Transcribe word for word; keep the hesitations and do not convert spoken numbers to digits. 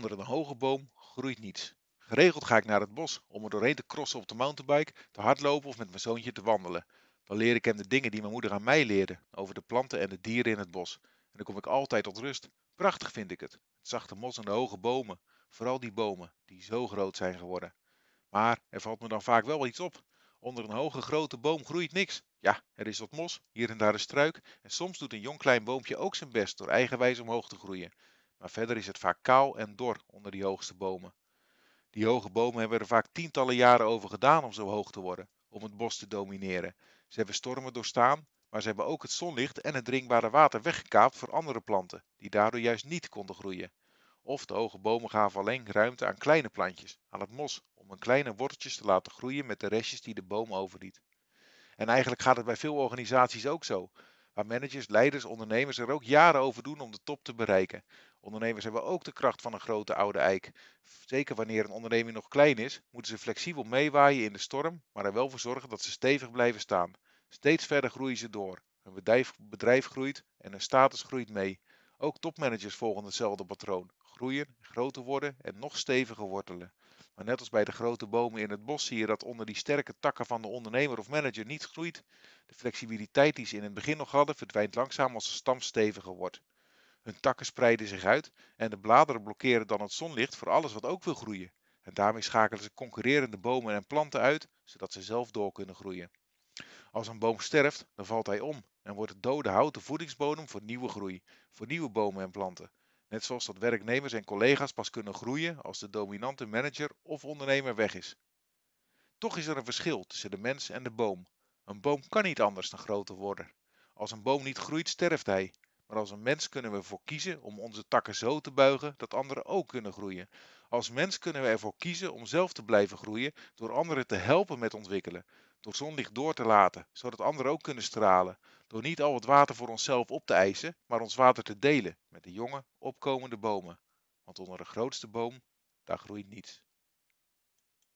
Onder een hoge boom groeit niets. Geregeld ga ik naar het bos om er doorheen te crossen op de mountainbike, te hardlopen of met mijn zoontje te wandelen. Dan leer ik hem de dingen die mijn moeder aan mij leerde over de planten en de dieren in het bos. En dan kom ik altijd tot rust. Prachtig vind ik het. Het zachte mos en de hoge bomen. Vooral die bomen die zo groot zijn geworden. Maar er valt me dan vaak wel iets op. Onder een hoge grote boom groeit niks. Ja, er is wat mos, hier en daar een struik. En soms doet een jong klein boompje ook zijn best door eigenwijs omhoog te groeien. Maar verder is het vaak kaal en dor onder die hoogste bomen. Die hoge bomen hebben er vaak tientallen jaren over gedaan om zo hoog te worden, om het bos te domineren. Ze hebben stormen doorstaan, maar ze hebben ook het zonlicht en het drinkbare water weggekaapt voor andere planten, die daardoor juist niet konden groeien. Of de hoge bomen gaven alleen ruimte aan kleine plantjes, aan het mos, om hun kleine worteltjes te laten groeien met de restjes die de boom overliet. En eigenlijk gaat het bij veel organisaties ook zo. Waar managers, leiders, ondernemers er ook jaren over doen om de top te bereiken. Ondernemers hebben ook de kracht van een grote oude eik. Zeker wanneer een onderneming nog klein is, moeten ze flexibel meewaaien in de storm, maar er wel voor zorgen dat ze stevig blijven staan. Steeds verder groeien ze door. Hun bedrijf, bedrijf groeit en hun status groeit mee. Ook topmanagers volgen hetzelfde patroon. Groeien, groter worden en nog steviger wortelen. Maar net als bij de grote bomen in het bos zie je dat onder die sterke takken van de ondernemer of manager niets groeit. De flexibiliteit die ze in het begin nog hadden, verdwijnt langzaam als de stam steviger wordt. Hun takken spreiden zich uit en de bladeren blokkeren dan het zonlicht voor alles wat ook wil groeien. En daarmee schakelen ze concurrerende bomen en planten uit, zodat ze zelf door kunnen groeien. Als een boom sterft, dan valt hij om en wordt het dode hout de voedingsbodem voor nieuwe groei, voor nieuwe bomen en planten. Net zoals dat werknemers en collega's pas kunnen groeien als de dominante manager of ondernemer weg is. Toch is er een verschil tussen de mens en de boom. Een boom kan niet anders dan groter worden. Als een boom niet groeit, sterft hij. Maar als een mens kunnen we ervoor kiezen om onze takken zo te buigen dat anderen ook kunnen groeien. Als mens kunnen we ervoor kiezen om zelf te blijven groeien door anderen te helpen met ontwikkelen. Door zonlicht door te laten, zodat anderen ook kunnen stralen. Door niet al het water voor onszelf op te eisen, maar ons water te delen met de jonge, opkomende bomen. Want onder de grootste boom, daar groeit niets.